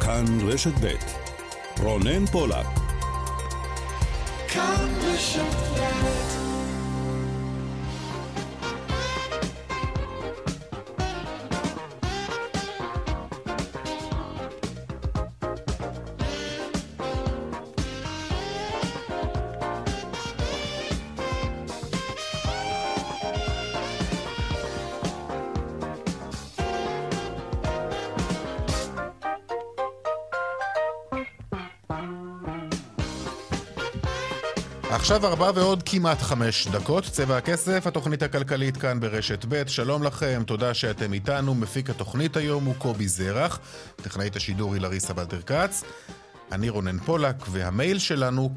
כאן רשת ב' רונן פולק. כאן רשת ב'. עכשיו 4 ועוד כמעט 5 דקות, צבע הכסף, התוכנית הכלכלית כאן ברשת ב'. שלום לכם, תודה שאתם איתנו. מפיק התוכנית היום הוא קובי זרח, טכנאית השידור היא לריסה בלטר-קץ. אני רונן פולק, והמייל שלנו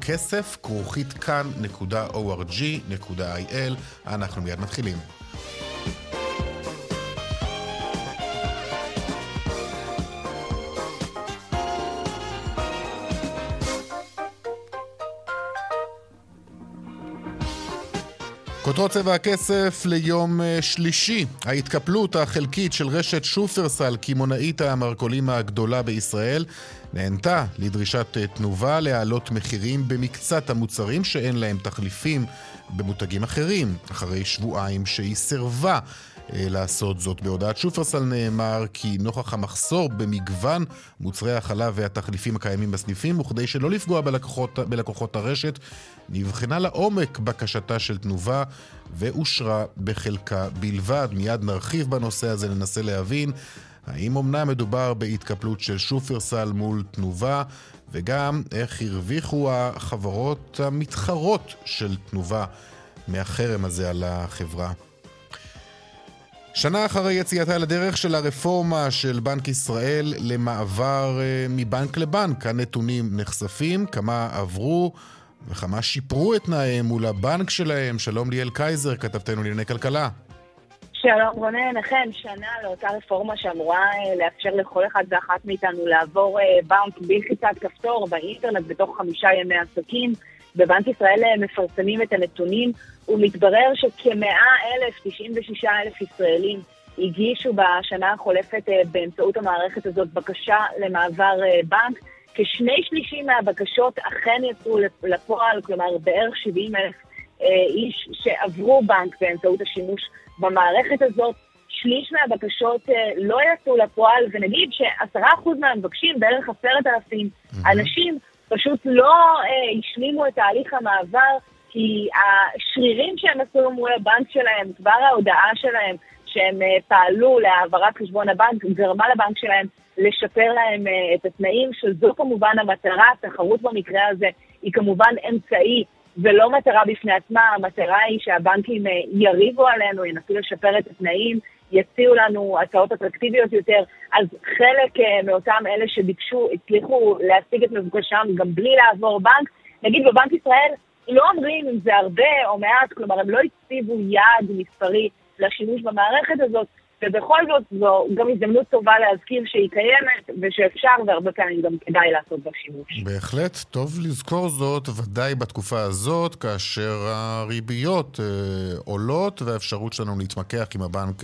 כסף@כאן.org.il. אנחנו מיד מתחילים. כותרות צבע הכסף ליום שלישי. ההתקפלות החלקית של רשת שופרסל, קמעונאית המרכולים הגדולה בישראל, נענתה לדרישת תנובה להעלות מחירים במקצת המוצרים שאין להם תחליפים במותגים אחרים, אחרי שבועיים שהיא סירבה לעשות זאת. בהודעת שופרסל נאמר כי נוכח המחסור במגוון מוצרי החלב והתחליפים הקיימים בסניפים, וכדי שלא לפגוע בלקוחות הרשת, נבחנה לעומק בקשתה של תנובה ואושרה בחלקה בלבד. מיד נרחיב בנושא הזה, ננסה להבין האם אמנם מדובר בהתקפלות של שופרסל מול תנובה, וגם איך הרוויחו החברות המתחרות של תנובה מהחרם הזה על החברה. שנה אחרי יציאתה לדרך של הרפורמה של בנק ישראל למעבר מבנק לבנק, הנתונים נחשפים, כמה עברו וכמה שיפרו את תנאיהם מול הבנק שלהם. שלום ליאל קייזר, כתבתנו לענייני כלכלה. שלום רונן, אכן שנה לאותה רפורמה שאמורה לאפשר לכל אחד ואחת מאיתנו לעבור בנק בלחיצת כפתור באינטרנט בתוך 5 ימי עסקים. בבנק ישראל מפרסמים את הנתונים, ומתברר ש96,000 ישראלים הגישו בשנה החולפת באמצעות המערכת הזאת בקשה למעבר בנק. כ2/3 מהבקשות אכן יצאו לפועל, כלומר בערך 70,000 איש שעברו בנק באמצעות השימוש במערכת הזאת. שליש מהבקשות לא יצאו לפועל, ונגיד ש10% מהמבקשים, בערך 10,000 אנשים, פשוט לא השלימו את תהליך המעבר, כי השרירים שהם עשו מול הבנק שלהם, כבר ההודעה שלהם שהם פעלו להעברת חשבון הבנק, גרמה לבנק שלהם לשפר להם את התנאים, שזו כמובן המטרה. התחרות במקרה הזה היא כמובן אמצעי ולא מטרה בפני עצמה. המטרה היא שהבנקים יריבו עלינו, ינסו לשפר את התנאים, יציעו לנו הצעות אטרקטיביות יותר. אז חלק מאותם אלה שביקשו הצליחו להשיג את מבוקשם גם בלי לעבור בנק. נגיד בבנק ישראל לא אומרים אם זה הרבה או מעט, כלומר הם לא הציבו יעד מספרי לשימוש במערכת הזאת, ובכל זאת זו גם הזדמנות טובה להזכיר שהיא קיימת ושאפשר, והרבה פעמים גם כדאי לעשות בה שימוש. בהחלט טוב לזכור זאת, ודאי בתקופה הזאת כאשר הריביות עולות והאפשרות שלנו להתמקח עם הבנק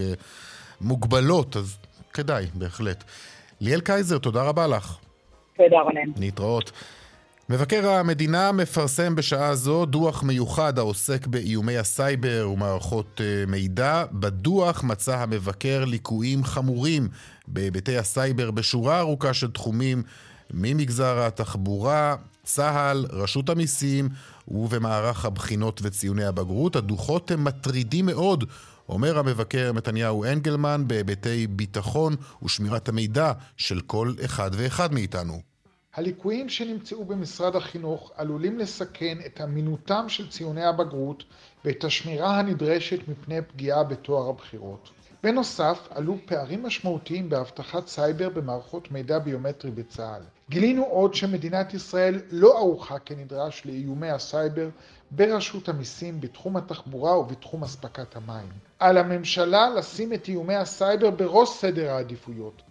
מוגבלות, אז כדאי בהחלט. ליאל קייזר, תודה רבה לך. תודה רונן. להתראות. מבקר המדינה מפרסם בשעה זו דוח מיוחד העוסק באיומי הסייבר ומערכות מידע. בדוח מצא המבקר ליקויים חמורים בהיבטי הסייבר בשורה ארוכה של תחומים, ממגזר התחבורה, צה"ל, רשות המיסים ובמערך הבחינות וציוני הבגרות. הדוחות הם מטרידים מאוד, אומר המבקר מתניהו אנגלמן, בהיבטי ביטחון ושמירת המידע של כל אחד ואחד מאיתנו. הליקויים שנמצאו במשרד החינוך עלולים לסכן את אמינותם של ציוני הבגרות ואת השמירה הנדרשת מפני פגיעה בתואר הבחירות. בנוסף, עלו פערים משמעותיים בהבטחת סייבר במערכות מידע ביומטרי בצה"ל. גילינו עוד שמדינת ישראל לא ערוכה כנדרש לאיומי הסייבר ברשות המיסים, בתחום התחבורה ובתחום אספקת המים. על הממשלה לשים את איומי הסייבר בראש סדר העדיפויות.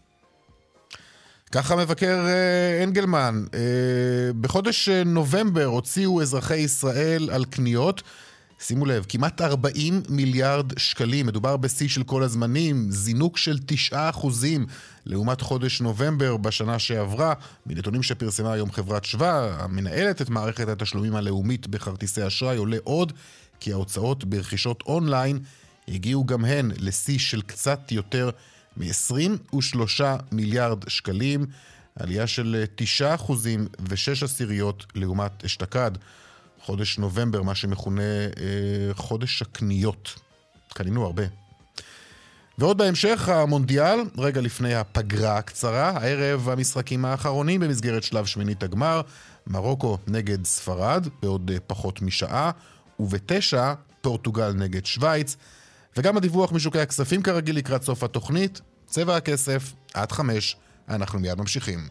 ככה מבקר אנגלמן. בחודש נובמבר הוציאו אזרחי ישראל על קניות שימו לב, כמעט 40 מיליארד שקלים, מדובר בשיא של כל הזמנים, זינוק של 9% לעומת חודש נובמבר בשנה שעברה, מנתונים שפרסמה היום חברת שווה, המנהלת את מערכת התשלומים הלאומית בכרטיסי אשראי, עולה עוד כי ההוצאות ברכישות אונליין הגיעו גם הן לשיא של קצת יותר מ-23 מיליארד שקלים, עלייה של 9.6% לעומת אשתקד. חודש נובמבר, מה שמכונה חודש הקניות. קנינו הרבה. ועוד בהמשך, המונדיאל, רגע לפני הפגרה הקצרה, הערב המשחקים האחרונים במסגרת שלב שמינית הגמר, מרוקו נגד ספרד, בעוד פחות משעה, וב9, פורטוגל נגד שוויץ, וגם הדיווח משוקי הכספים כרגיל לקראת סוף התוכנית, צבע הכסף, עד 5, אנחנו מיד ממשיכים.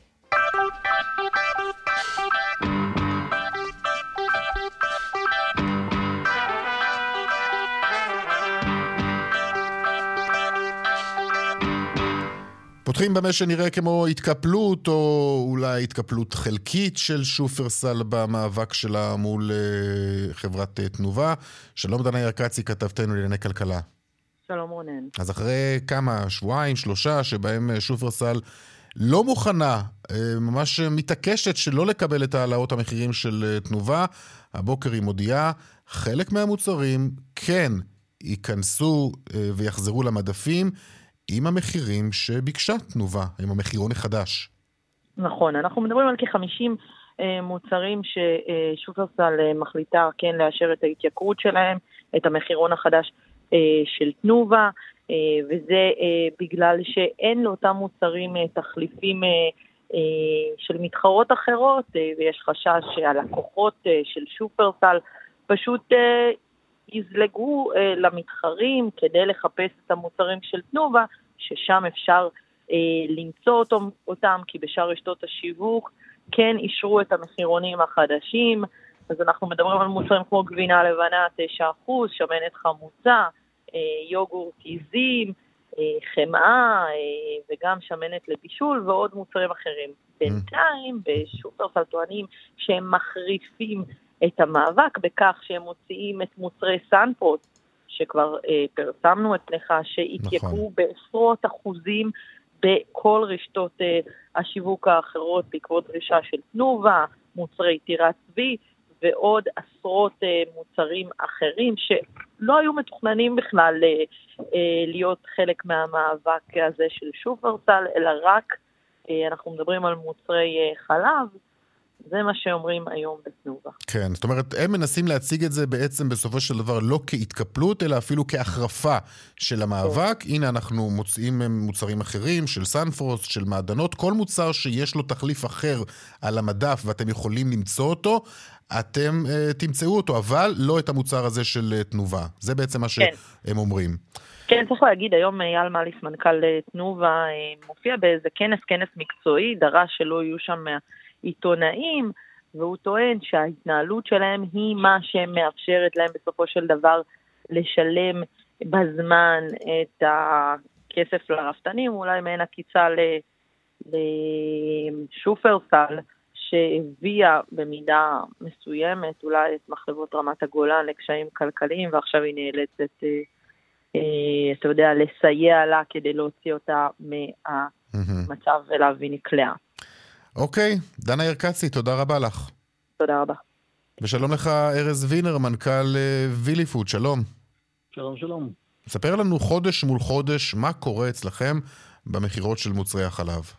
פותחים במה שנראה כמו התקפלות, או אולי התקפלות חלקית של שופרסל במאבק שלה מול חברת תנובה. שלום דנה ירקצי, כתבתנו לענייני כלכלה. שלום רונן. אז אחרי כמה, שבועיים, 3, שבהם שופרסל לא מוכנה, ממש מתעקשת שלא לקבל את העלאות המחירים של תנובה, הבוקר היא מודיעה, חלק מהמוצרים כן ייכנסו ויחזרו למדפים, עם המחירים שביקשה תנובה, עם המחירון החדש. נכון, אנחנו מדברים על כ-50 מוצרים ששופרסל מחליטה כן לאשר את ההתייקרות שלהם, את המחירון החדש של תנובה, וזה בגלל שאין לאותם מוצרים תחליפים של מתחרות אחרות, ויש חשש שהלקוחות של שופרסל פשוט יזלגו למתחרים כדי לחפש את המוצרים של תנובה, ששם אפשר למצוא אותם, כי בשאר רשתות השיווק כן אישרו את המחירונים החדשים. אז אנחנו מדברים על מוצרים כמו גבינה לבנה 9%, שמנת חמוצה, יוגורט עיזים, חמאה וגם שמנת לבישול ועוד מוצרים אחרים. בינתיים בשופרסל טוענים שהם מחריפים את המאבק בכך שהם מוציאים את מוצרי סנפרוס, שכבר פרסמנו אצלך, שהתייקרו בעשרות אחוזים בכל רשתות השיווק האחרות בעקבות דרישה של תנובה, מוצרי טירת צבי, ועוד עשרות מוצרים אחרים שלא היו מתוכננים בכלל להיות חלק מהמאבק הזה של שופרסל, אלא רק אנחנו מדברים על מוצרי חלב, זה מה שאומרים היום בתנובה. כן, זאת אומרת, הם מנסים להציג את זה בעצם בסופו של דבר לא כהתקפלות, אלא אפילו כהחרפה של המאבק. הנה אנחנו מוצאים מוצרים אחרים של סנפרוס, של מעדנות, כל מוצר שיש לו תחליף אחר על המדף ואתם יכולים למצוא אותו, אתם תמצאו אותו, אבל לא את המוצר הזה של תנובה. זה בעצם מה שהם אומרים. כן, צריך להגיד, היום אייל מליס, מנכ"ל תנובה, מופיע באיזה כנס מקצועי, דרש שלא יהיו שם עיתונאים, והוא טוען שההתנהלות שלהם היא מה שמאפשרת להם בסופו של דבר לשלם בזמן את הכסף לרפתנים, אולי מעין הקיצה לשופרסל, שהביאה במידה מסוימת אולי את מחלבות רמת הגולן לקשיים כלכליים, ועכשיו היא נאלצת, אתה יודע, לסייע לה כדי להוציא אותה מהמצב אליו היא נקלעה. אוקיי, דנה ירקצי, תודה רבה לך. תודה רבה. ושלום לך ארז וינר, מנכ"ל ויליפוד, שלום. שלום, שלום. ספר לנו חודש מול חודש, מה קורה אצלכם במחירות של מוצרי החלב?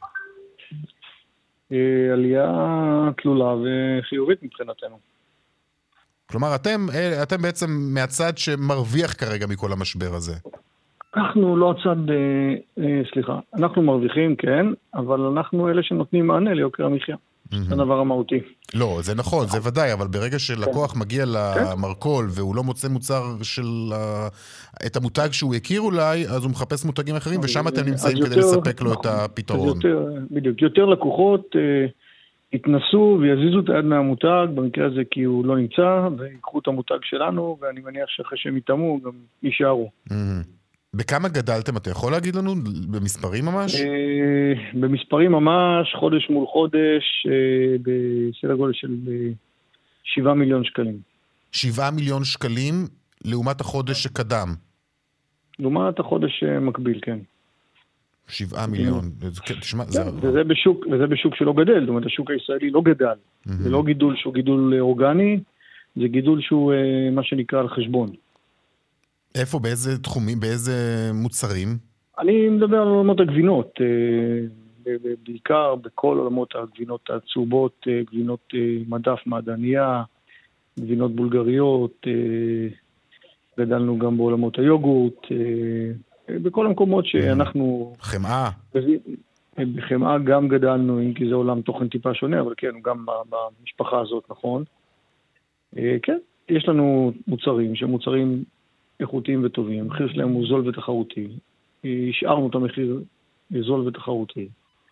עלייה תלולה וחיובית מבחינתנו. כלומר, אתם בעצם מהצד שמרוויח כרגע מכל המשבר הזה. אנחנו לא הצד, אנחנו מרוויחים, כן, אבל אנחנו אלה שנותנים מענה ליוקר המחיה. זה הדבר המהותי. לא, זה נכון, זה ודאי, אבל ברגע שלקוח מגיע למרקול והוא לא מוצא מוצר את המותג שהוא הכיר אולי, אז הוא מחפש מותגים אחרים, ושם אתם נמצאים כדי לספק לו את הפתרון. בדיוק, יותר לקוחות יתנסו ויזיזו את היד מהמותג, במקרה הזה כי הוא לא נמצא, ויקחו את המותג שלנו, ואני מניח שאחרי שהם יתאמו גם יישארו. בכמה גדלתם? אתה יכול להגיד לנו במספרים ממש? במספרים ממש, חודש מול חודש, בסדר גודל של 7 מיליון שקלים. 7 מיליון שקלים לעומת החודש שקדם. לעומת החודש מקביל, כן. 7 מיליון. תשמע, וזה בשוק שלא גדל, זאת אומרת, השוק הישראלי לא גדל. זה לא גידול שהוא גידול אורגני, זה גידול שהוא מה שנקרא על חשבון. איפה, באיזה תחומים, באיזה מוצרים? אני מדבר על עולמות הגבינות, בעיקר בכל עולמות הגבינות הצהובות, גבינות מדף מעדניה, גבינות בולגריות, גדלנו גם בעולמות היוגורט, בכל המקומות שאנחנו... חמאה. בחמאה גם גדלנו, אם כי זה עולם תוכן טיפה שונה, אבל כן, גם במשפחה הזאת, נכון. כן, יש לנו מוצרים שמוצרים איכותיים וטובים, המחיר שלהם הוא זול ותחרותי. השארנו את המחיר זול ותחרותי.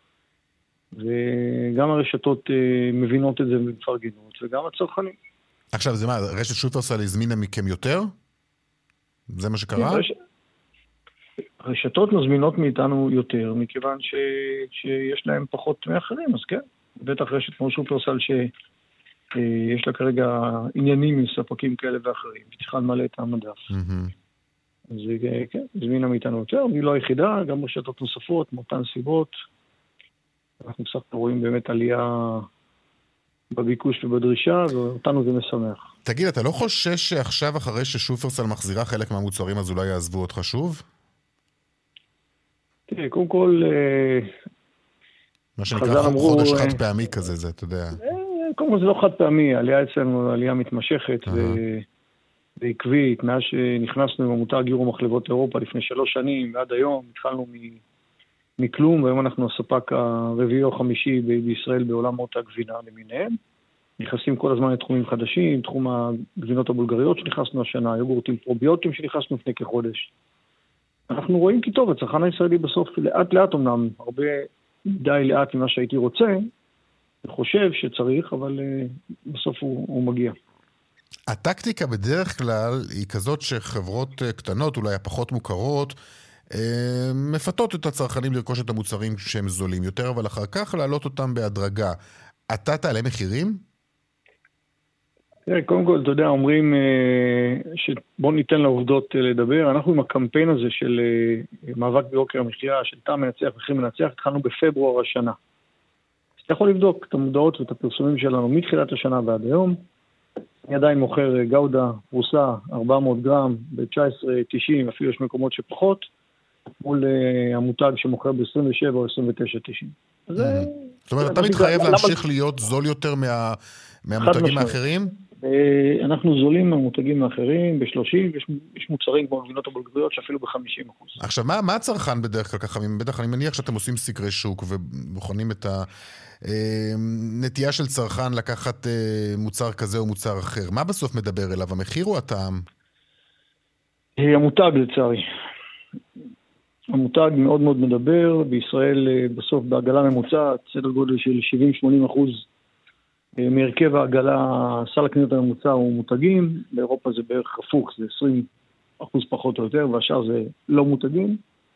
וגם הרשתות מבינות את זה ומפרגנות, וגם הצרכנים. עכשיו, זה מה, רשת שופרסל הזמינה מכם יותר? זה מה שקרה? הרשתות מזמינות מאיתנו יותר, מכיוון שיש להם פחות מאחרים, אז כן. בטח רשת כמו שופרסל שיש לה כרגע עניינים עם ספקים כאלה ואחרים, וצריכה למלא את המדף. אז כן, הזמינה מאיתנו יותר, והיא לא היחידה, גם רשתות נוספות, מאותן סיבות. אנחנו בסך הכל רואים באמת עלייה בביקוש ובדרישה, ואותנו זה משמח. תגיד, אתה לא חושש שעכשיו אחרי ששופרסל מחזירה חלק מהמוצרים, אז אולי יעזבו אותך שוב? תראה, קודם כל... מה שנקרא חודש חד פעמי כזה, זה, אתה יודע. קודם כל זה לא חד פעמי, העלייה אצלנו עלייה מתמשכת ועקבית, מאז שנכנסנו עם המותג יורו מחלבות אירופה לפני 3 שנים, ועד היום התחלנו מכלום, והיום אנחנו הספק הרביעי או חמישי בישראל בעולם מותג גבינה למיניהם. נכנסים כל הזמן לתחומים חדשים, תחום הגבינות הבולגריות שנכנסנו השנה, יוגורטים פרוביוטים שנכנסנו לפני כחודש. אנחנו רואים כי טוב, הצרכן הישראלי בסוף לאט לאט אמנם, הרבה די לאט ממה שהייתי רוצה, חושב שצריך, אבל בסוף הוא מגיע. הטקטיקה בדרך כלל היא כזאת שחברות קטנות, אולי הפחות מוכרות, מפתות את הצרכנים לרכוש את המוצרים שהם זולים יותר, אבל אחר כך להעלות אותם בהדרגה. אתה תעלה מחירים? קודם כל, אתה יודע, אומרים שבוא ניתן לעובדות לדבר. אנחנו עם הקמפיין הזה של מאבק ביוקר המחיה, של טעם מנצח, מחיר מנצח, התחלנו בפברואר השנה. אז אתה יכול לבדוק את המודעות ואת הפרסומים שלנו מתחילת השנה ועד היום. אני עדיין מוכר גאודה, פרוסה, 400 גרם, ב-19.90, אפילו יש מקומות שפחות, מול המותג שמוכר ב-27 או 29.90. זאת אומרת, אתה מתחייב להמשיך להיות זול יותר מהמותגים האחרים? אנחנו זולים מהמותגים האחרים ב-30, יש מוצרים כמו גבינות הבולגריות שאפילו ב-50%. עכשיו, מה הצרכן בדרך כלל ככה? בטח אני מניח שאתם עושים סקרי שוק ובוחנים את הנטייה של צרכן לקחת מוצר כזה או מוצר אחר. מה בסוף מדבר אליו, המחיר או הטעם? המותג לצערי. המותג מאוד מאוד מדבר, בישראל בסוף בעגלה ממוצעת, סדר גודל של 70-80% מהרכב העגלה, סל הקניות הממוצע הוא מותגים, באירופה זה בערך הפוך, זה 20% פחות או יותר, והשאר זה לא מותגים.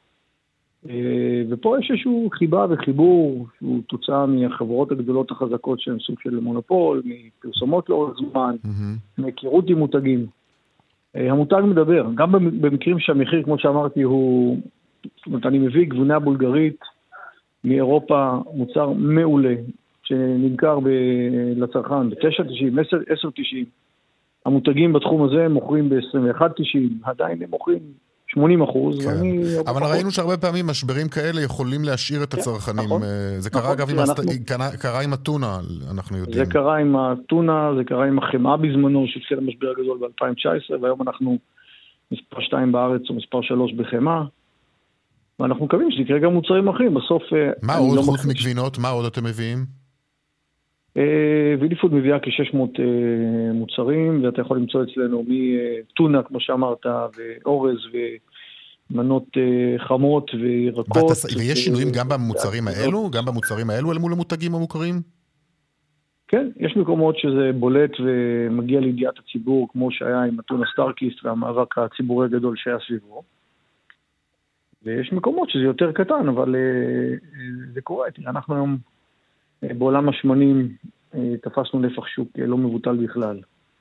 ופה יש איזשהו חיבה וחיבור, שהוא תוצאה מהחברות הגדולות החזקות שהן סוג של מונופול, מפרסומות לאורך זמן, מהיכרות עם מותגים. המותג מדבר, גם במקרים שהמחיר, כמו שאמרתי, הוא... זאת אומרת, אני מביא גבינה בולגרית מאירופה, מוצר מעולה, שנמכר לצרכן ב-9.90, 10.90. המותגים בתחום הזה מוכרים ב-21.90, עדיין הם מוכרים 80%. אבל ראינו שהרבה פעמים משברים כאלה יכולים להשאיר את הצרכנים. זה קרה אגב עם הטונה, אנחנו יודעים. זה קרה עם הטונה, זה קרה עם החמאה בזמנו, שהתחיל המשבר הגדול ב-2019, והיום אנחנו מספר 2 בארץ או מספר 3 בחמאה. ואנחנו מקווים שתקרה גם מוצרים אחרים. בסוף... מה עוד חוץ מגבינות? מה עוד אתם מביאים? ויליפוד מביאה כ-600 מוצרים, ואתה יכול למצוא אצלנו מטונה, כמו שאמרת, ואורז, ומנות חמות, וירקות. ויש שינויים גם במוצרים האלו? גם במוצרים האלו אל מול המותגים המוכרים? כן, יש מקומות שזה בולט ומגיע לידיעת הציבור, כמו שהיה עם הטונה סטארקיסט והמאבק הציבורי הגדול שהיה סביבו. ויש מקומות שזה יותר קטן, אבל זה קורה. אנחנו היום בעולם השמנים תפסנו נפח שוק לא מבוטל בכלל.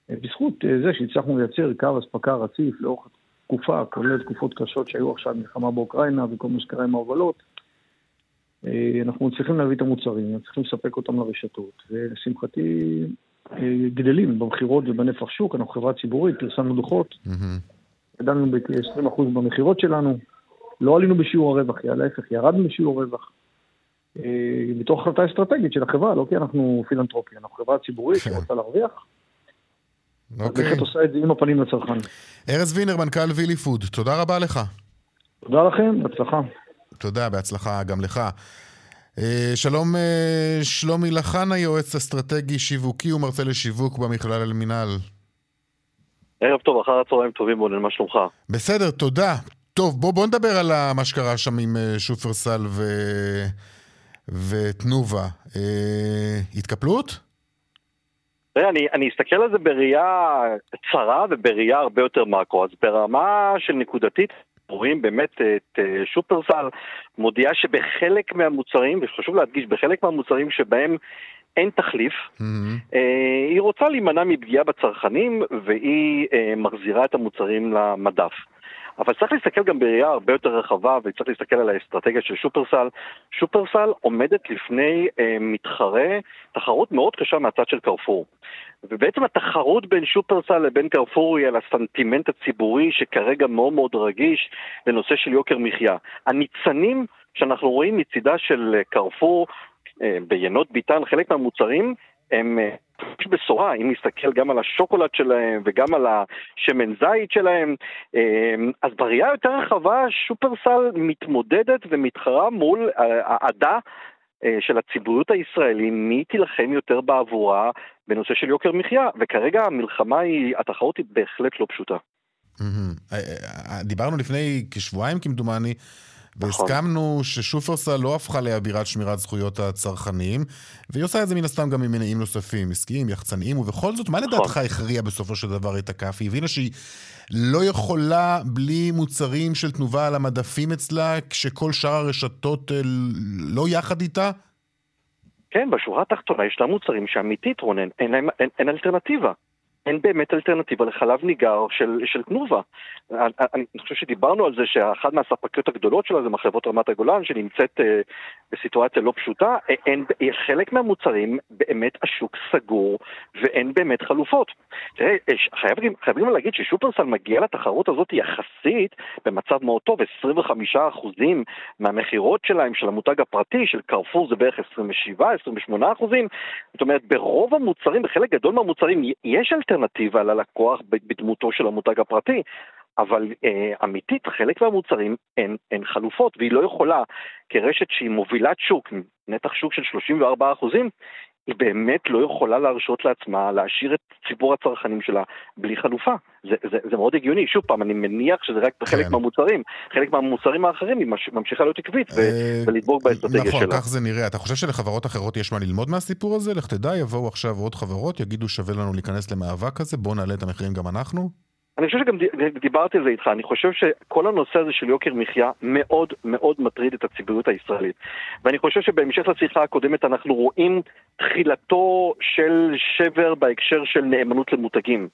בזכות זה שהצלחנו לייצר קו אספקה רציף לאורך תקופה, כולל תקופות קשות שהיו עכשיו מלחמה באוקראינה וכל מה שקרה עם ההובלות, אנחנו צריכים להביא את המוצרים, צריכים לספק אותם לרשתות, ולשמחתי גדלים במחירות ובנפח שוק, אנחנו חברה ציבורית, פרסמנו דוחות, גדלנו ב-20% במחירות שלנו, לא עלינו בשיעור הרווח, להפך, ירדנו בשיעור הרווח, בתוך החלטה אסטרטגית של החברה, לא כי אנחנו פילנטרופיה, אנחנו חברה ציבורית שרוצה להרוויח, אז באמת עושה את זה עם הפנים לצרכן. ארז וינר, מנכ"ל וילי פוד, תודה רבה לך. תודה לכם, בהצלחה. תודה, בהצלחה גם לך. שלום שלומי לחנה, יועץ אסטרטגי שיווקי ומרצה לשיווק במכללה למינהל. ערב טוב, אחר הצהריים טובים, בונן, מה שלומך? בסדר, תודה. טוב, בוא נדבר על מה שקרה שם עם שופרסל ותנובה. התקפלות? אני אסתכל על זה בראייה צרה ובראייה הרבה יותר מקרו. אז ברמה של נקודתית, רואים באמת את שופרסל מודיעה שבחלק מהמוצרים, וחשוב להדגיש, בחלק מהמוצרים שבהם אין תחליף, היא רוצה להימנע מפגיעה בצרכנים, והיא מחזירה את המוצרים למדף. אבל צריך להסתכל גם בראייה הרבה יותר רחבה, וצריך להסתכל על האסטרטגיה של שופרסל. שופרסל עומדת לפני מתחרה, תחרות מאוד קשה מהצד של קרפור. ובעצם התחרות בין שופרסל לבין קרפור היא על הסנטימנט הציבורי, שכרגע מאוד מאוד רגיש לנושא של יוקר מחיה. הניצנים שאנחנו רואים מצידה של קרפור, ביינות ביטן, חלק מהמוצרים, הם יש בשורה, אם נסתכל גם על השוקולד שלהם וגם על השמן זית שלהם. אז בראייה יותר רחבה, שופרסל מתמודדת ומתחרה מול העדה של הציבוריות הישראלי, מי תילחם יותר בעבורה בנושא של יוקר מחיה, וכרגע המלחמה היא, התחרות היא בהחלט לא פשוטה. דיברנו לפני כשבועיים כמדומני, והסכמנו ששופרסל לא הפכה לאבירת שמירת זכויות הצרכנים, והיא עושה את זה מן הסתם גם ממניעים נוספים, עסקיים, יחצניים, ובכל זאת, מה לדעתך הכריע בסופו של דבר את הכף? היא הבינה שהיא לא יכולה בלי מוצרים של תנובה על המדפים אצלה, כשכל שאר הרשתות לא יחד איתה? כן, בשורה התחתונה ישנם מוצרים שאמיתית, רונן, אין אלטרנטיבה. אין באמת אלטרנטיבה לחלב ניגר של תנובה. אני חושב שדיברנו על זה שאחת מהספקיות הגדולות שלה זה מחלבות רמת הגולן, שנמצאת בסיטואציה לא פשוטה. חלק מהמוצרים באמת השוק סגור, ואין באמת חלופות. תראה, חייבים להגיד ששופרסל מגיע לתחרות הזאת יחסית במצב מאוד טוב, 25% מהמחירות שלהם של המותג הפרטי, של קרפור זה בערך 27-28%. זאת אומרת, ברוב המוצרים, בחלק גדול מהמוצרים, יש אלטרנטיבה ללקוח בדמותו של המותג הפרטי, אבל אמיתית, חלק מהמוצרים אין חלופות, והיא לא יכולה, כרשת שהיא מובילת שוק, נתח שוק של 34%, היא באמת לא יכולה להרשות לעצמה להשאיר את ציבור הצרכנים שלה בלי חלופה. זה מאוד הגיוני. שוב פעם, אני מניח שזה רק בחלק מהמוצרים. חלק מהמוצרים האחרים היא ממשיכה להיות עקבית ולדבוק באסטרטגיה שלה. נכון, כך זה נראה. אתה חושב שלחברות אחרות יש מה ללמוד מהסיפור הזה? לך תדע, יבואו עכשיו עוד חברות, יגידו שווה לנו להיכנס למאבק הזה, בואו נעלה את המחירים גם אנחנו? אני חושב שגם דיברתי על זה איתך, אני חושב שכל הנושא הזה של יוקר מחיה מאוד מאוד מטריד את הציבוריות הישראלית. ואני חושב שבהמשך לשיחה הקודמת אנחנו רואים תחילתו של שבר בהקשר של נאמנות למותגים.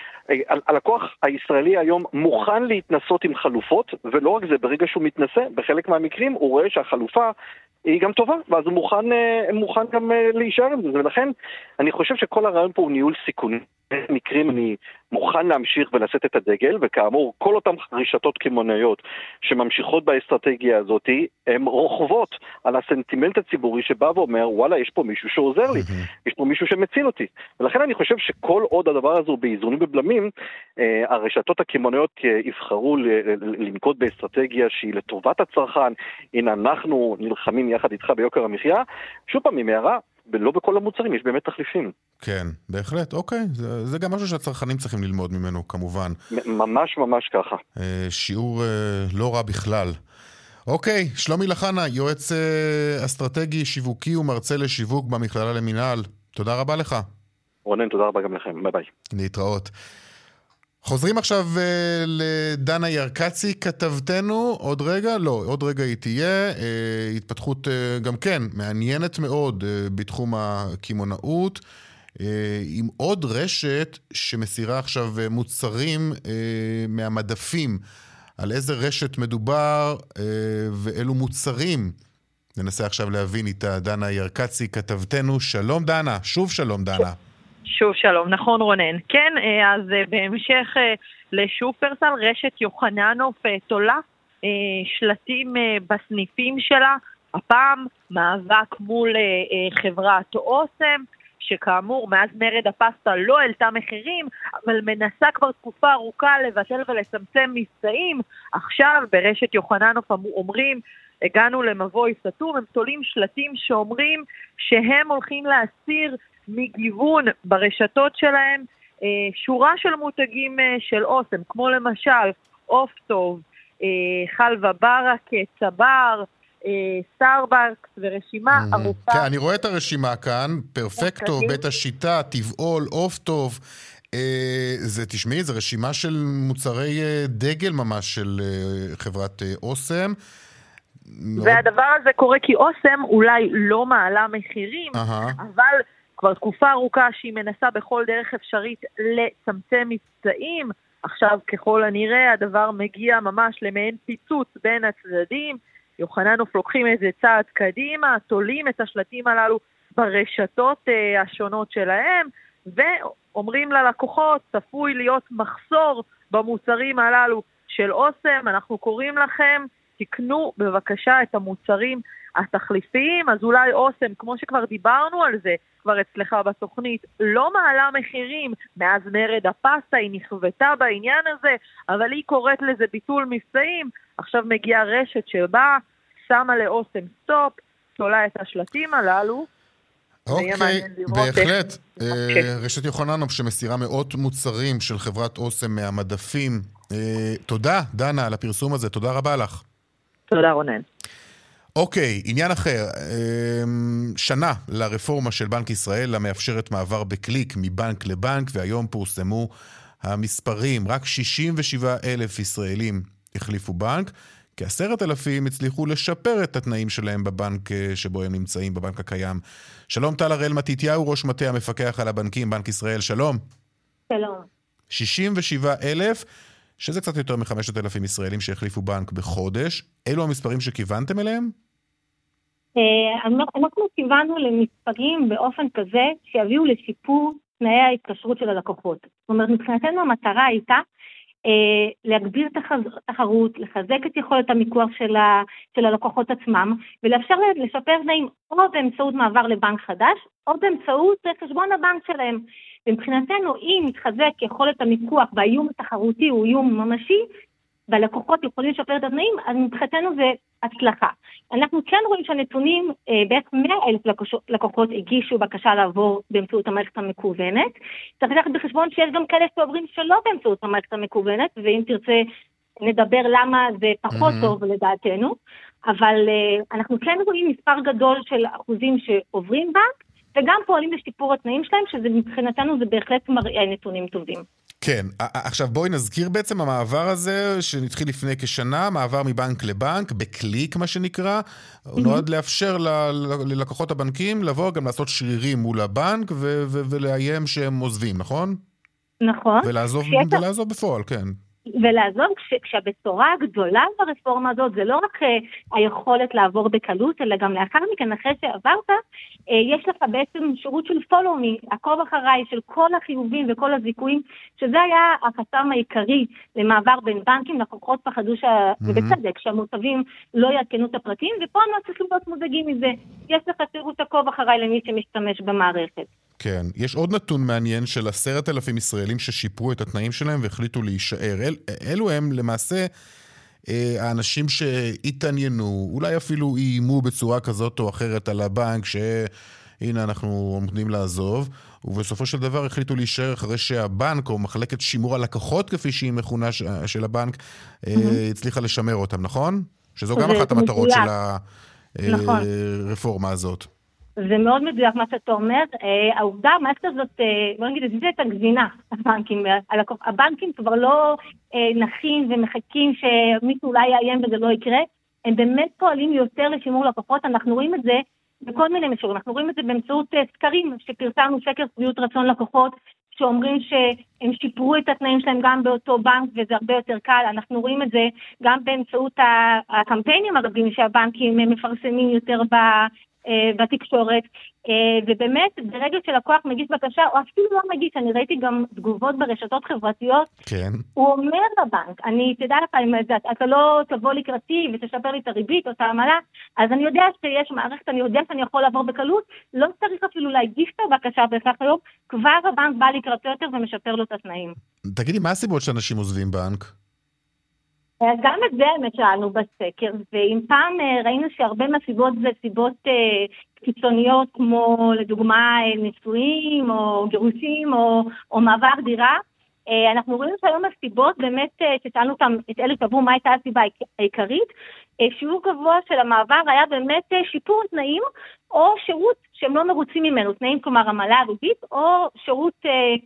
הלקוח הישראלי היום מוכן להתנסות עם חלופות, ולא רק זה, ברגע שהוא מתנסה, בחלק מהמקרים הוא רואה שהחלופה היא גם טובה, ואז הוא מוכן גם להישאר עם זה. ולכן אני חושב שכל הרעיון פה הוא ניהול סיכונים. במקרים אני מוכן להמשיך ולשאת את הדגל, וכאמור, כל אותם רשתות קמעונאיות שממשיכות באסטרטגיה הזאת, הן רוכבות על הסנטימנט הציבורי שבא ואומר, וואלה, יש פה מישהו שעוזר לי, יש פה מישהו שמציל אותי. ולכן אני חושב שכל עוד הדבר הזה הוא באיזונים ובלמים, הרשתות הקמעונאיות יבחרו לנקוט באסטרטגיה שהיא לטובת הצרכן. הנה אנחנו נלחמים יחד איתך ביוקר המחיה. שוב פעם, עם הערה, ולא בכל המוצרים יש באמת תחליפים. כן, בהחלט, אוקיי. זה גם משהו שהצרכנים צריכים ללמוד ממנו, כמובן. ממש ממש ככה. שיעור לא רע בכלל. אוקיי, שלומי לחנה, יועץ אסטרטגי, שיווקי ומרצה לשיווק במכללה למינהל. תודה רבה לך. רונן, תודה רבה גם לכם. ביי ביי. להתראות. חוזרים עכשיו לדנה ירקצי, כתבתנו, עוד רגע? לא, עוד רגע היא תהיה, התפתחות גם כן מעניינת מאוד בתחום הכימונאות, עם עוד רשת שמסירה עכשיו מוצרים מהמדפים. על איזה רשת מדובר ואילו מוצרים? ננסה עכשיו להבין איתה דנה ירקצי, כתבתנו. שלום דנה, שוב שלום דנה. שוב שלום, נכון רונן. כן, אז בהמשך לשופרסל, רשת יוחננוף תולה שלטים בסניפים שלה, הפעם מאבק מול חברת אוסם, שכאמור מאז מרד הפסטה לא העלתה מחירים, אבל מנסה כבר תקופה ארוכה לבטל ולצמצם מבצעים. עכשיו ברשת יוחננוף אומרים, הגענו למבוי סתום, הם תולים שלטים שאומרים שהם הולכים להסיר מגיוון ברשתות שלהם שורה של מותגים של אוסם, כמו למשל אוף טוב, חלבה ברק, צבר, סטארבקס ורשימה ארוכה. כן, אני רואה את הרשימה כאן, פרפקטו, בית השיטה, טבעול, אוף טוב. תשמעי, זו רשימה של מוצרי דגל ממש של חברת אוסם. והדבר הזה קורה כי אוסם אולי לא מעלה מחירים, אבל כבר תקופה ארוכה שהיא מנסה בכל דרך אפשרית לצמצם מבצעים. עכשיו ככל הנראה הדבר מגיע ממש למעין פיצוץ בין הצדדים. יוחננוף לוקחים איזה צעד קדימה, תולים את השלטים הללו ברשתות השונות שלהם, ואומרים ללקוחות, צפוי להיות מחסור במוצרים הללו של אוסם, אנחנו קוראים לכם, תקנו בבקשה את המוצרים התחליפיים. אז אולי אוסם, כמו שכבר דיברנו על זה, כבר אצלך בתוכנית, לא מעלה מחירים מאז מרד הפסטה, היא נכוותה בעניין הזה, אבל היא קוראת לזה ביטול מבצעים. עכשיו מגיעה רשת שבה שמה לאוסם סטופ, תולה את השלטים הללו. אוקיי, בהחלט. רשת יוחננוף שמסירה מאות מוצרים של חברת אוסם מהמדפים. תודה, דנה, על הפרסום הזה. תודה רבה לך. תודה, רונן. אוקיי, עניין אחר. שנה לרפורמה של בנק ישראל, המאפשרת מעבר בקליק מבנק לבנק, והיום פורסמו המספרים. רק 67,000 ישראלים החליפו בנק, כ10,000 הצליחו לשפר את התנאים שלהם בבנק שבו הם נמצאים, בבנק הקיים. שלום טל הראל מתתיהו, ראש מטה המפקח על הבנקים, בנק ישראל, שלום. שלום. 67,000, שזה קצת יותר מ5,000 ישראלים שהחליפו בנק בחודש. אלו המספרים שכיוונתם אליהם? אנחנו כיוונו למספרים באופן כזה שיביאו לשיפור תנאי ההתקשרות של הלקוחות. זאת אומרת, מבחינתנו המטרה הייתה להגביר תחרות, לחזק את יכולת המיקוח של הלקוחות עצמם, ולאפשר לשפר תנאים או באמצעות מעבר לבנק חדש, או באמצעות חשבון הבנק שלהם. ומבחינתנו, אם מתחזק יכולת המיקוח והאיום התחרותי הוא איום ממשי, והלקוחות יכולים לשפר את התנאים, אז מבחינתנו זה הצלחה. אנחנו כן רואים שהנתונים, בערך 100,000 לקוחות הגישו בקשה לעבור באמצעות המערכת המקוונת. צריך לקחת בחשבון שיש גם כאלה שעוברים שלא באמצעות המערכת המקוונת, ואם תרצה נדבר למה זה פחות טוב לדעתנו, אבל אנחנו כן רואים מספר גדול של אחוזים שעוברים בנק, וגם פועלים לשיפור התנאים שלהם, שזה מבחינתנו זה בהחלט מראה נתונים טובים. כן, עכשיו בואי נזכיר בעצם המעבר הזה שנתחיל לפני כשנה, מעבר מבנק לבנק, בקליק מה שנקרא, הוא נועד לאפשר ללקוחות הבנקים לבוא גם לעשות שרירים מול הבנק ולאיים שהם עוזבים, נכון? נכון. ולעזוב בפועל, כן. ולעזוב כשהבשורה הגדולה ברפורמה הזאת זה לא רק היכולת לעבור בקלות, אלא גם לאחר מכן, אחרי שעברת, יש לך בעצם שירות של follow me, עקוב אחריי, של כל החיובים וכל הזיכויים, שזה היה החסם העיקרי למעבר בין בנקים. לקוחות פחדו ובצדק שהמוטבים לא יעדכנו את הפרטים, ופה הם לא צריכים להיות מודאגים מזה. יש לך שירות עקוב אחריי למי שמשתמש במערכת. כן, יש עוד נתון מעניין של 10,000 ישראלים ששיפרו את התנאים שלהם והחליטו להישאר. אלו הם למעשה האנשים שהתעניינו, אולי אפילו איימו בצורה כזאת או אחרת על הבנק, שהנה אנחנו עומדים לעזוב, ובסופו של דבר החליטו להישאר אחרי שהבנק או מחלקת שימור הלקוחות, כפי שהיא מכונה של הבנק, הצליחה לשמר אותם, נכון? שזו גם אחת המטרות של הרפורמה הזאת. זה מאוד מדויק מה שאתה אומר. העובדה, המערכת הזאת, בוא נגיד, זה את הגזינה, הבנקים כבר לא נחים ומחכים שמישהו אולי יאיים וזה לא יקרה, הם באמת פועלים יותר לשימור לקוחות. אנחנו רואים את זה בכל מיני מישורים. אנחנו רואים את זה באמצעות סקרים, שפרסמנו סקר שביעות רצון לקוחות, שאומרים שהם שיפרו את התנאים שלהם גם באותו בנק, וזה הרבה יותר קל. אנחנו רואים את זה גם באמצעות הקמפיינים הרבים שהבנקים מפרסמים יותר בתקשורת, ובאמת ברגע שלקוח מגיש בקשה, או אפילו לא מגיש, אני ראיתי גם תגובות ברשתות חברתיות, כן. הוא אומר לבנק, אני תדע לך אם אתה לא תבוא לקראתי ותשפר לי את הריבית או את העמלה, אז אני יודע שיש מערכת, אני יודע שאני יכול לעבור בקלות, לא צריך אפילו להגיש את הבקשה בהכרח היום, כבר הבנק בא לקראתו יותר ומשפר לו את התנאים. תגידי, מה הסיבות שאנשים עוזבים בנק? גם את זה האמת שאלנו בסקר, ואם פעם ראינו שהרבה מהסיבות זה סיבות קיצוניות, כמו לדוגמה נישואים או גירושים או מעבר דירה, אנחנו רואים שהיום הסיבות באמת ששאלנו אותם את אלה שעברו מה הייתה הסיבה העיקרית, שיעור גבוה של המעבר היה באמת שיפור תנאים או שירות שהם לא מרוצים ממנו, תנאים כלומר עמלה ריבית או שירות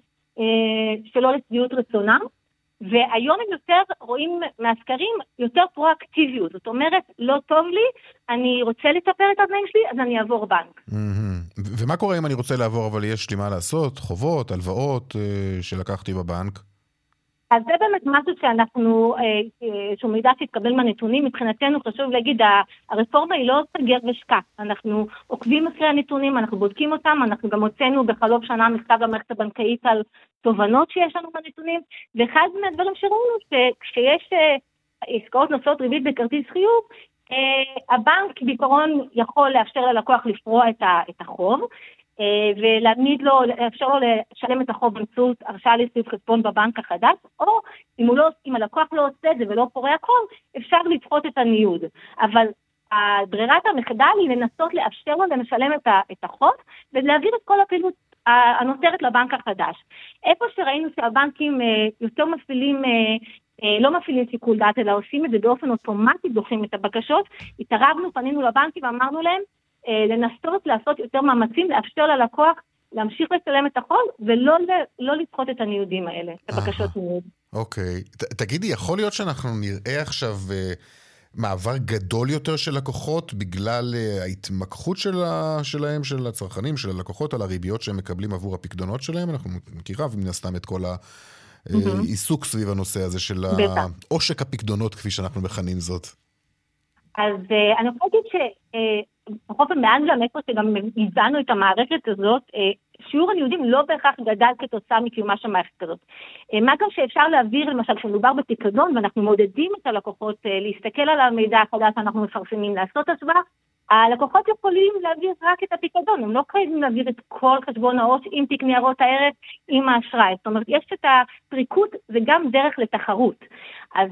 שלא לשביעות רצונם. והיום הם יותר רואים מהסקרים יותר פרואקטיביות, זאת אומרת, לא טוב לי, אני רוצה לטפל את התנאים שלי, אז אני אעבור בנק. ומה קורה אם אני רוצה לעבור, אבל יש לי מה לעשות? חובות, הלוואות שלקחתי בבנק? אז זה באמת משהו שאנחנו, שהוא מידע שהתקבל מהנתונים, מבחינתנו חשוב להגיד, הרפורמה היא לא סגר ושקע, אנחנו עוקבים אחרי הנתונים, אנחנו בודקים אותם, אנחנו גם הוצאנו בחלוף שנה מכתב למערכת הבנקאית על תובנות שיש לנו בנתונים, ואחד מהדברים שראינו שכשיש עסקאות נושאות ריבית בכרטיס חיוב, הבנק בעיקרון יכול לאפשר ללקוח לפרוע את החוב, ולהעמיד לו, לאפשר לו לשלם את החוב באמצעות הרשאה לסעיף חשבון בבנק החדש, או אם הלקוח לא עושה את זה ולא פורע הכל, אפשר לדחות את הניוד. אבל ברירת המחדל היא לנסות לאפשר לו לשלם את החוב, ולהעביר את כל הפעילות הנותרת לבנק החדש. איפה שראינו שהבנקים יותר מפעילים, לא מפעילים שיקול דעת, אלא עושים את זה באופן אוטומטי, דוחים את הבקשות, התערבנו, פנינו לבנקים ואמרנו להם, לנסות לעשות יותר מאמצים, לאפשר ללקוח להמשיך לצלם את החוב, ולא לדחות את הניודים האלה, את הבקשות ניוד. אוקיי. תגידי, יכול להיות שאנחנו נראה עכשיו מעבר גדול יותר של לקוחות, בגלל ההתמקחות שלהם, של הצרכנים, של הלקוחות, על הריביות שהם מקבלים עבור הפקדונות שלהם? אנחנו מכירה ומן הסתם את כל העיסוק סביב הנושא הזה של עושק הפקדונות, כפי שאנחנו מכנים זאת. אז אני יכולה להגיד בכל פעם באנגליה, מאיפה שגם איזנו את המערכת הזאת, שיעור הניודים לא בהכרח גדל כתוצאה מקיומה של המערכת הזאת. מה גם שאפשר להעביר, למשל, כשמדובר בפיקדון, ואנחנו מעודדים את הלקוחות להסתכל על המידע החדש שאנחנו מפרסמים, לעשות השוואה, הלקוחות יכולים להעביר רק את הפיקדון, הם לא חייבים להעביר את כל חשבון העו"ש עם תיק ניירות הערך, עם האשראי. זאת אומרת, יש את הפריקות, זה גם דרך לתחרות. אז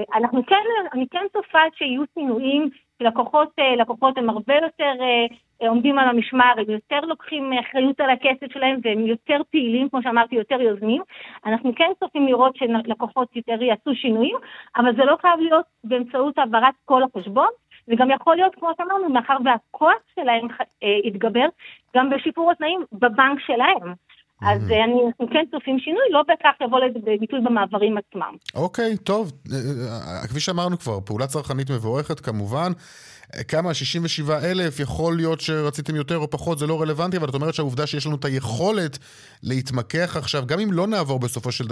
אני כן צופה שיהיו שינויים, לקוחות הם הרבה יותר עומדים על המשמר, הם יותר לוקחים אחריות על הכסף שלהם, והם יותר פעילים, כמו שאמרתי, יותר יוזמים. אנחנו כן צופים לראות שלקוחות יותר יעשו שינויים, אבל זה לא חייב להיות באמצעות העברת כל החשבון, וגם יכול להיות, כמו שאמרנו, מאחר והכוח שלהם יתגבר, גם בשיפור התנאים בבנק שלהם. אז אנחנו כן צופים שינוי, לא בהכרח יבוא לביטוי במעברים עצמם. אוקיי, טוב. כפי שאמרנו כבר, פעולה צרכנית מבורכת כמובן. כמה? 67,000, יכול להיות שרציתם יותר או פחות, זה לא רלוונטי, אבל את אומרת שהעובדה שיש לנו את היכולת להתמקח עכשיו, גם אם לא נעבור בסופו של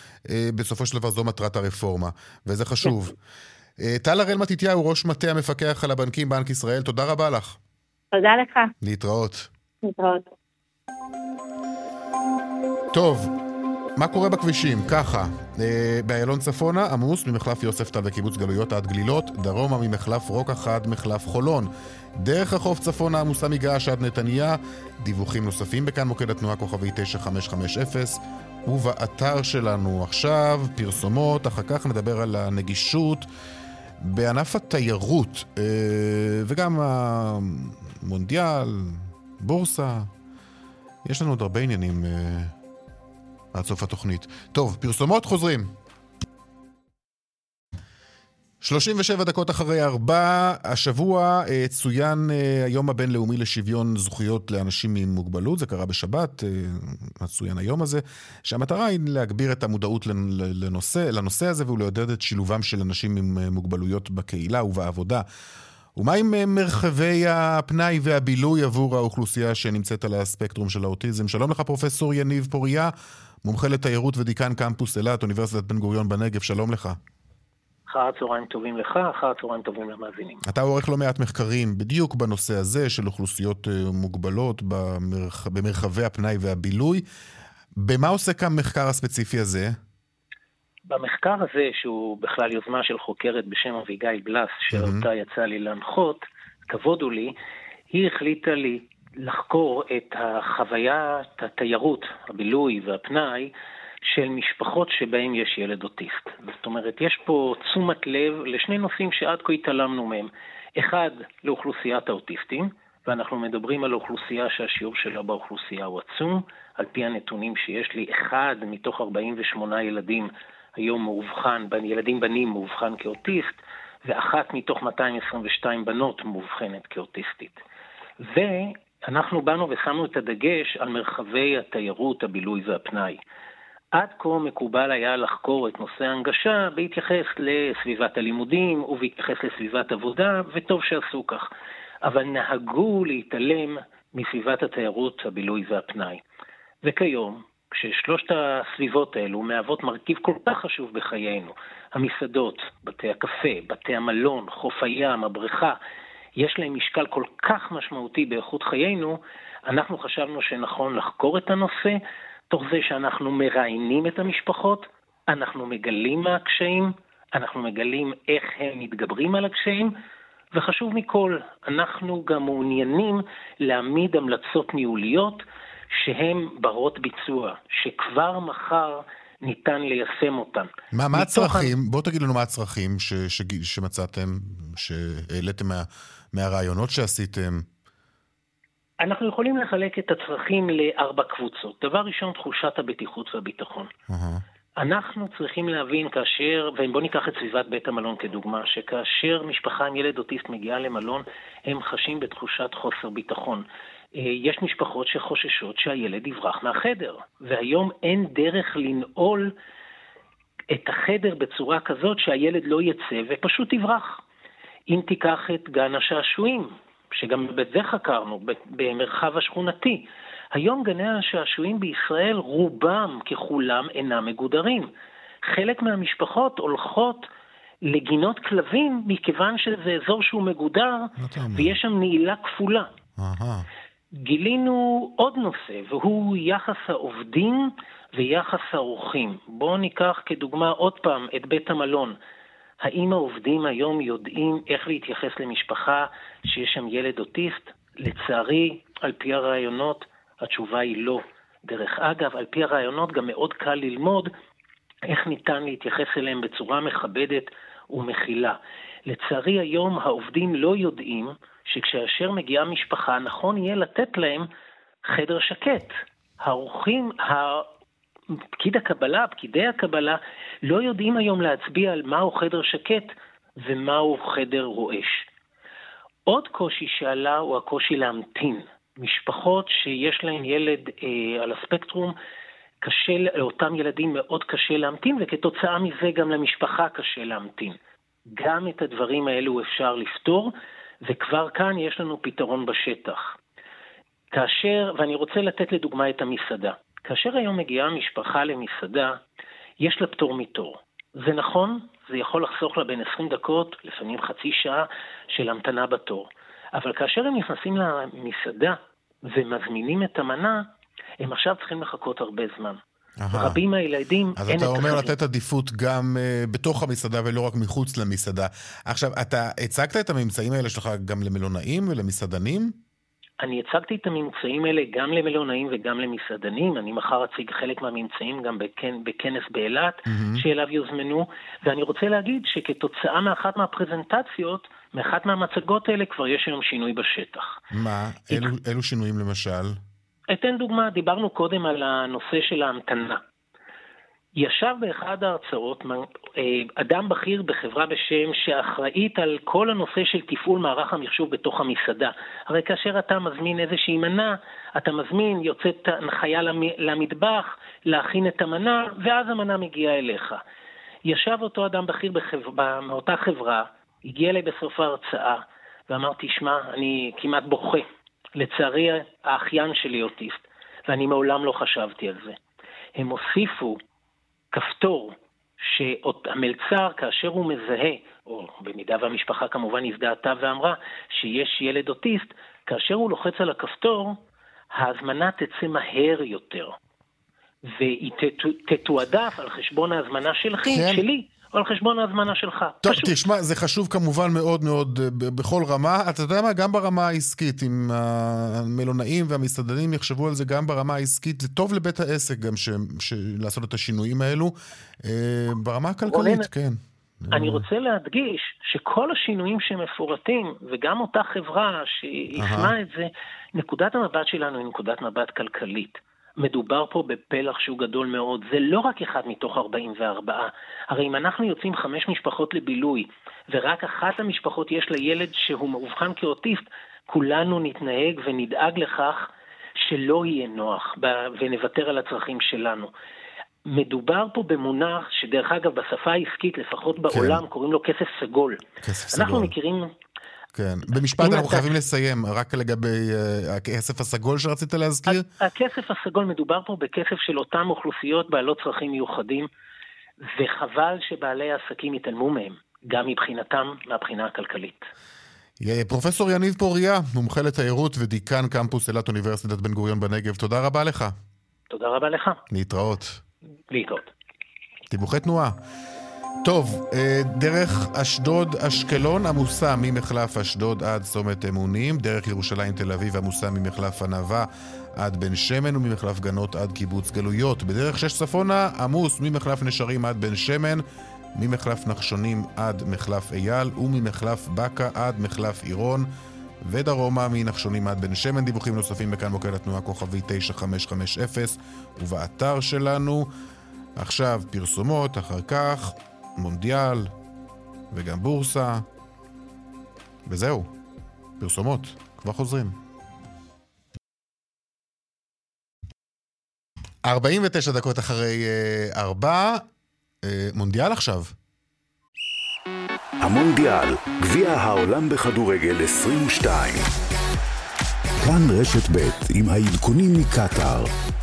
דבר זו מטרת הרפורמה, וזה חשוב. טל הראל מתתיהו, ראש מטה המפקח על הבנקים, בנק ישראל, תודה רבה לך. תודה לך. להתראות. להתראות. טוב, מה קורה בכבישים? ככה, באיילון צפונה, עמוס ממחלף יוספטל וקיבוץ גלויות עד גלילות, דרומה ממחלף רוקח עד מחלף חולון. דרך החוף צפונה עמוסה מגעש עד נתניה, דיווחים נוספים בכאן מוקד התנועה כוכבי 9550, ובאתר שלנו עכשיו פרסומות, אחר כך נדבר על הנגישות בענף התיירות, וגם המונדיאל, בורסה, יש לנו עוד הרבה עניינים עד סוף התוכנית. טוב, פרסומות, חוזרים. 37 דקות אחרי 4, השבוע צוין היום הבינלאומי לשוויון זכויות לאנשים עם מוגבלות, זה קרה בשבת, צוין היום הזה, שהמטרה היא להגביר את המודעות לנושא הזה ולעודד את שילובם של אנשים עם מוגבלויות בקהילה ובעבודה. ומה עם מרחבי הפנאי והבילוי עבור האוכלוסייה שנמצאת על הספקטרום של האוטיזם? שלום לך פרופסור יניב פוריה, מומחה לתיירות ודיקן קמפוס אילת, אוניברסיטת בן גוריון בנגב, שלום לך. אחר צהריים טובים לך, אחר צהריים טובים למאזינים. אתה עורך לא מעט מחקרים בדיוק בנושא הזה של אוכלוסיות מוגבלות במרחבי הפנאי והבילוי. במה עוסק המחקר הספציפי הזה? במחקר הזה, שהוא בכלל יוזמה של חוקרת בשם אביגיל בלס, שאותה יצא לי להנחות, כבוד הוא לי, היא החליטה לי לחקור את החוויה, את התיירות, הבילוי והפנאי, של משפחות שבהם יש ילד אוטיסט. זאת אומרת, יש פה תשומת לב לשני נושאים שעד כה התעלמנו מהם. אחד, לאוכלוסיית האוטיסטים, ואנחנו מדברים על אוכלוסייה שהשיעור שלה באוכלוסייה הוא עצום. על פי הנתונים שיש לי, 1 מתוך 48 ילדים היום מאובחן, ילדים בנים מאובחן כאוטיסט, ואחת מתוך 222 בנות מאובחנת כאוטיסטית. ואנחנו באנו ושמנו את הדגש על מרחבי התיירות, הבילוי והפנאי. עד כה מקובל היה לחקור את נושא ההנגשה בהתייחס לסביבת הלימודים ובהתייחס לסביבת עבודה, וטוב שעשו כך. אבל נהגו להתעלם מסביבת התיירות, הבילוי והפנאי. וכיום, כששלושת הסביבות האלו מהוות מרכיב כל כך חשוב בחיינו, המסעדות, בתי הקפה, בתי המלון, חוף הים, הבריכה, יש להם משקל כל כך משמעותי באיכות חיינו, אנחנו חשבנו שנכון לחקור את הנושא, תוך זה שאנחנו מראיינים את המשפחות, אנחנו מגלים מה הקשיים, אנחנו מגלים איך הם מתגברים על הקשיים, וחשוב מכל, אנחנו גם מעוניינים להעמיד המלצות ניהוליות שהן ברות ביצוע, שכבר מחר ניתן ליישם אותן. מה הצרכים? בואו תגיד לנו מה הצרכים שמצאתם, שהעליתם מהרעיונות שעשיתם. אנחנו יכולים לחלק את הצרכים ל4 קבוצות. דבר ראשון, תחושת הבטיחות והביטחון. אנחנו צריכים להבין כאשר, ובוא ניקח את סביבת בית המלון כדוגמה, שכאשר משפחה עם ילד אוטיסט מגיעה למלון, הם חשים בתחושת חוסר ביטחון. יש משפחות שחוששות שהילד יברח מהחדר, והיום אין דרך לנעול את החדר בצורה כזאת שהילד לא יצא ופשוט יברח. אם תיקח את גן השעשועים, שגם בזה חקרנו, במרחב השכונתי, היום גני השעשועים בישראל רובם ככולם אינם מגודרים. חלק מהמשפחות הולכות לגינות כלבים מכיוון שזה אזור שהוא מגודר ויש שם נעילה כפולה. גילינו עוד נושא והוא יחס העובדים ויחס האורחים. בואו ניקח כדוגמה עוד פעם את בית המלון. האם העובדים היום יודעים איך להתייחס למשפחה שיש שם ילד אוטיסט? לצערי, על פי הרעיונות, התשובה היא לא. דרך אגב, על פי הרעיונות גם מאוד קל ללמוד איך ניתן להתייחס אליהם בצורה מכבדת ומכילה. לצערי היום העובדים לא יודעים שכשאשר מגיעה משפחה נכון יהיה לתת להם חדר שקט. האורחים, פקידי הקבלה לא יודעים היום להצביע על מהו חדר שקט ומהו חדר רועש. עוד קושי שעלה הוא הקושי להמתין. משפחות שיש להם ילד על הספקטרום, לאותם ילדים מאוד קשה להמתין, וכתוצאה מזה גם למשפחה קשה להמתין. גם את הדברים האלו אפשר לפתור, וכבר כאן יש לנו פתרון בשטח. ואני רוצה לתת לדוגמה את המסעדה. כאשר היום מגיעה משפחה למסעדה, יש לה פטור מתור. זה נכון, זה יכול לחסוך לה בין 20 דקות, לפעמים חצי שעה של המתנה בתור. אבל כאשר הם נכנסים למסעדה ומזמינים את המנה, הם עכשיו צריכים לחכות הרבה זמן. רבים מהילדים... אז אתה אומר לתת עדיפות גם בתוך המסעדה ולא רק מחוץ למסעדה. עכשיו, אתה הצגת את הממצאים האלה שלך גם למלונאים ולמסעדנים? אני הצגתי את הממצאים האלה גם למלונאים וגם למסעדנים. אני מחר אציג חלק מהממצאים גם בכנס באילת שאליו יוזמנו. ואני רוצה להגיד שכתוצאה מאחת מהפרזנטציות, מאחת מהמצגות האלה כבר יש היום שינוי בשטח. מה? אילו שינויים למשל? אתן דוגמה, דיברנו קודם על הנושא של ההמתנה. ישב באחד ההרצאות אדם בכיר בחברה בשם שאחראית על כל הנושא של תפעול מערך המחשוב בתוך המסעדה. הרי כאשר אתה מזמין איזושהי מנה, אתה מזמין, יוצאת הנחיה למטבח, להכין את המנה, ואז המנה מגיעה אליך. ישב אותו אדם בכיר מאותה חברה, הגיע אליי בסוף ההרצאה, ואמרתי, שמע, אני כמעט בוכה. לצערי, האחיין שלי אוטיסט, ואני מעולם לא חשבתי על זה. הם הוסיפו כפתור שהמלצר, כאשר הוא מזהה, או במידה והמשפחה כמובן הזדהתה ואמרה שיש ילד אוטיסט, כאשר הוא לוחץ על הכפתור, ההזמנה תצא מהר יותר, והיא תתועדף על חשבון ההזמנה שלי, או על חשבון ההזמנה שלך. טוב, תשמע, זה חשוב כמובן מאוד מאוד בכל רמה. אתה יודע מה? גם ברמה העסקית, אם המלונאים והמסעדנים יחשבו על זה גם ברמה העסקית, זה טוב לבית העסק גם לעשות את השינויים האלו. ברמה הכלכלית, כן. אני רוצה להדגיש שכל השינויים שמפורטים, וגם אותה חברה שישמה את זה, נקודת המבט שלנו היא נקודת מבט כלכלית. מדובר פה בפלח שהוא גדול מאוד, זה לא רק אחד מתוך 44. הרי אם אנחנו יוצאים 5 משפחות לבילוי, ורק אחת המשפחות יש לילד שהוא מאובחן כאוטיסט, כולנו נתנהג ונדאג לכך שלא יהיה נוח, ונוותר על הצרכים שלנו. מדובר פה במונח שדרך אגב בשפה העסקית, לפחות בעולם, קוראים לו כסף סגול. אנחנו מכירים... כן, במשפט אנחנו חייבים לסיים, רק לגבי הכסף הסגול שרצית להזכיר? הכסף הסגול מדובר פה בכסף של אותם אוכלוסיות בעלות צרכים מיוחדים, וחבל שבעלי העסקים יתעלמו מהם, גם מבחינתם, מהבחינה הכלכלית. פרופסור יניב פוריה, מומחה לתיירות ודיקן קמפוס אילת אוניברסיטת בן גוריון בנגב, תודה רבה לך. תודה רבה לך. להתראות. להתראות. דיווחי תנועה. טוב, דרך אשדוד-אשקלון עמוסה ממחלף אשדוד עד צומת אמונים, דרך ירושלים תל אביב עמוסה ממחלף ענבה עד בן שמן וממחלף גנות עד קיבוץ גלויות. בדרך 6 צפונה עמוס ממחלף נשרים עד בן שמן, ממחלף נחשונים עד מחלף אייל וממחלף בקה עד מחלף עירון, ודרומה מנחשונים עד בן שמן. דיווחים נוספים בכאן מוקד התנועה כוכבי 9550 ובאתר שלנו. עכשיו פרסומות, אחר כך מונדיאל וגם בורסה, וזהו, פרסומות, כבר חוזרים. 49 דקות אחרי 4, מונדיאל עכשיו. המונדיאל, גביע העולם בכדורגל 22. כאן רשת ב' עם העדכונים מקטר.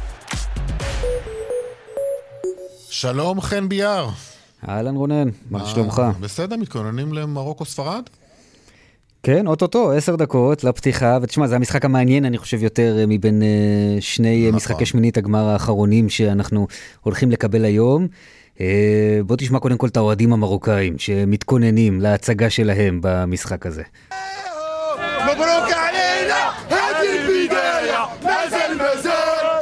שלום חן ביאר. אהלן רונן, מה שלומך? בסדר, מתכוננים למרוקו ספרד? כן, אוטוטו, 10 דקות לפתיחה, ותשמע, זה המשחק המעניין, אני חושב, יותר מבין שני משחקי שמינית הגמר האחרונים שאנחנו הולכים לקבל היום. בוא תשמע קודם כל את האוהדים המרוקאים שמתכוננים להצגה שלהם במשחק הזה. מברוק עלינה, הדי אל-בידאיה, מזל מזל.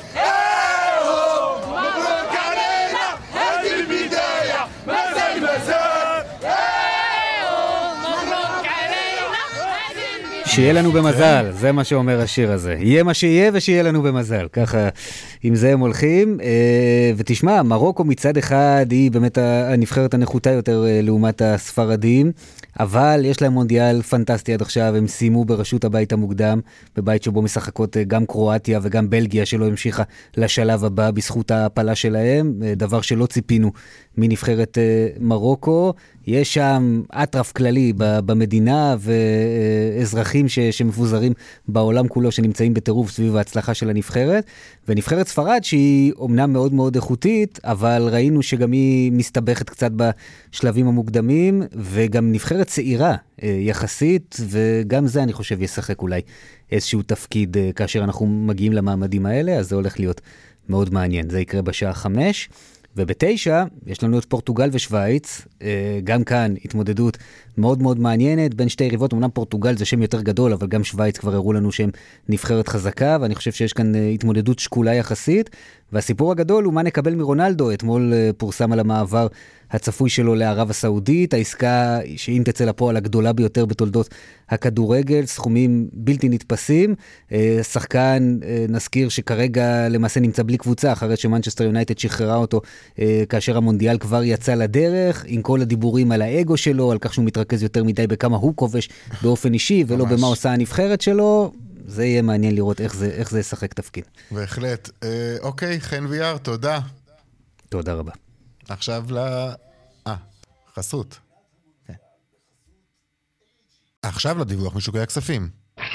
שיהיה לנו במזל, זה מה שאומר השיר הזה. יהיה מה שיהיה ושיהיה לנו במזל. ככה, עם זה הם הולכים. ותשמע, מרוקו מצד אחד היא באמת הנבחרת הנחותה יותר לעומת הספרדים, אבל יש להם מונדיאל פנטסטי עד עכשיו. הם סיימו בראשות הבית המוקדם, בבית שבו משחקות גם קרואטיה וגם בלגיה, שלא המשיכה לשלב הבא בזכות ההפלה שלהם, דבר שלא ציפינו מנבחרת מרוקו. יש שם אטרף כללי במדינה ואזרחים שמפוזרים בעולם כולו שנמצאים בטירוף סביב ההצלחה של הנבחרת, ונבחרת ספרד שהיא אומנם מאוד מאוד איכותית, אבל ראינו שגם היא מסתבכת קצת בשלבים המוקדמים, וגם נבחרת צעירה יחסית, וגם זה אני חושב ישחק אולי איזשהו תפקיד כאשר אנחנו מגיעים למעמדים האלה, אז זה הולך להיות מאוד מעניין. זה יקרה בשעה 5. וב9 יש לנו את פורטוגל ושוויץ, גם כאן התמודדות מאוד מאוד מעניינת בין שתי יריבות. אמנם פורטוגל זה שם יותר גדול, אבל גם שוויץ כבר הראו לנו שהם נבחרת חזקה, ואני חושב שיש כאן התמודדות שקולה יחסית. והסיפור הגדול הוא מה נקבל מרונלדו. אתמול פורסם על המעבר הצפוי שלו לערב הסעודית, העסקה שאם תצא לפועל הגדולה ביותר בתולדות הכדורגל, סכומים בלתי נתפסים. שחקן, נזכיר שכרגע למעשה נמצא בלי קבוצה, אחרי שמנצ'סטר יונייטד שחררה אותו כאשר המונדיאל כבר יצא לדרך, עם כל הדיבורים על האגו שלו, על כך שהוא מתרכז יותר מדי בכמה הוא כובש באופן אישי, ולא במה עושה הנבחרת שלו. זה יהיה מעניין לראות איך זה ישחק תפקיד. בהחלט. אוקיי, חן ויאר, תודה. תודה רבה. עכשיו חסות. עכשיו לדיווח משוקי הכספים.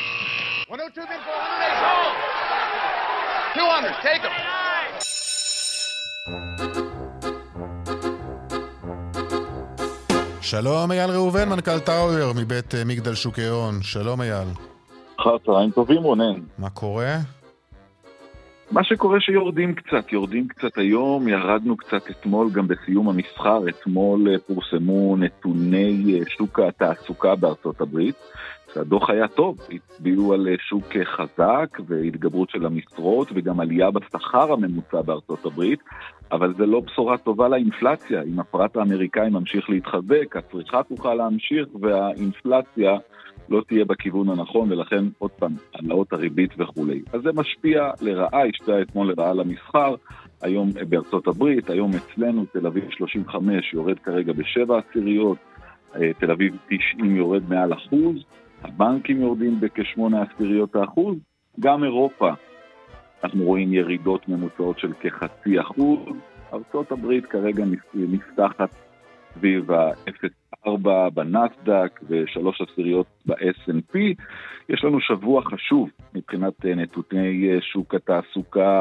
200, take them. שלום אייל ראובן, מנכ"ל טאואר מבית מגדל שוק ההון. שלום אייל. אחר צהריים טובים רונן. מה קורה? מה שקורה שיורדים קצת היום, ירדנו קצת אתמול גם בסיום המסחר. אתמול פורסמו נתוני שוק התעסוקה בארצות הברית. הדוח היה טוב, הצביעו על שוק חזק והתגברות של המשרות וגם עלייה בשכר הממוצע בארצות הברית, אבל זה לא בשורה טובה לאינפלציה. אם הפרט האמריקאי ממשיך להתחזק, הצריכה תוכל להמשיך והאינפלציה לא תהיה בכיוון הנכון, ולכן עוד פעם, העלאות הריבית וכו'. אז זה משפיע לרעה, השפיע אתמול לרעה למסחר, היום בארצות הברית, היום אצלנו תל אביב 35 יורד כרגע ב7%, תל אביב 90 יורד מעל 1%, הבנקים יורדים בכ8%, גם אירופה, אנחנו רואים ירידות ממוצעות של כ0.5%, ארצות הברית כרגע נפתחת סביב ה-0.4 בנסדק ו3% ב-S&P. יש לנו שבוע חשוב מבחינת נתוני שוק התעסוקה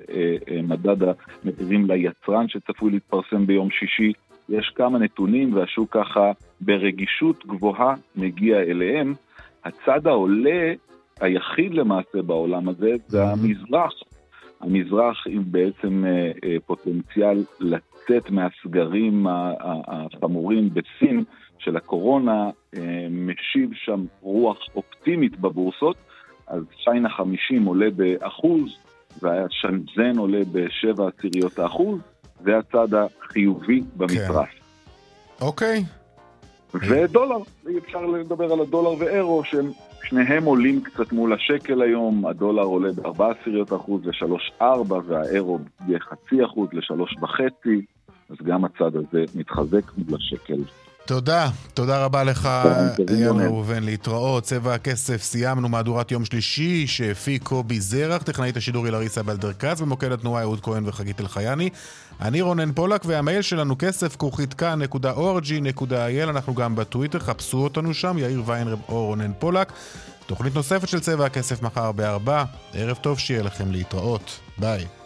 ומדד המחירים ליצרן שצפוי להתפרסם ביום שישי. יש כמה נתונים והשוק ככה ברגישות גבוהה מגיע אליהם. הצד העולה היחיד למעשה בעולם הזה זה המזרח. המזרח עם בעצם פוטנציאל לצאת מהסגרים החמורים בסין של הקורונה, משיב שם רוח אופטימית בבורסות. אז שיינה 50 עולה ב1% והשנזן עולה ב7%. זה הצד החיובי במזרח. אוקיי. ודולר, אפשר לדבר על הדולר ואירו, ששניהם עולים קצת מול השקל היום. הדולר עולה ב4% ל3.4 והאירו ב0.5% ל3.5, אז גם הצד הזה מתחזק מול השקל. תודה רבה לך אייל ראובן, להתראות. צבע הכסף, סיימנו מהדורת יום שלישי שהפיק קובי זרח, טכנאית השידור אריסה בלדרקס, במוקד התנועה אהוד כהן וחגית אלחייני. אני רונן פולק, והמייל שלנו כסף@כאן.org.il. אנחנו גם בטוויטר, חפשו אותנו שם, יאיר ויינרב או רונן פולק. תוכנית נוספת של צבע הכסף מחר ב4. ערב טוב, שיהיה לכם, להתראות, ביי.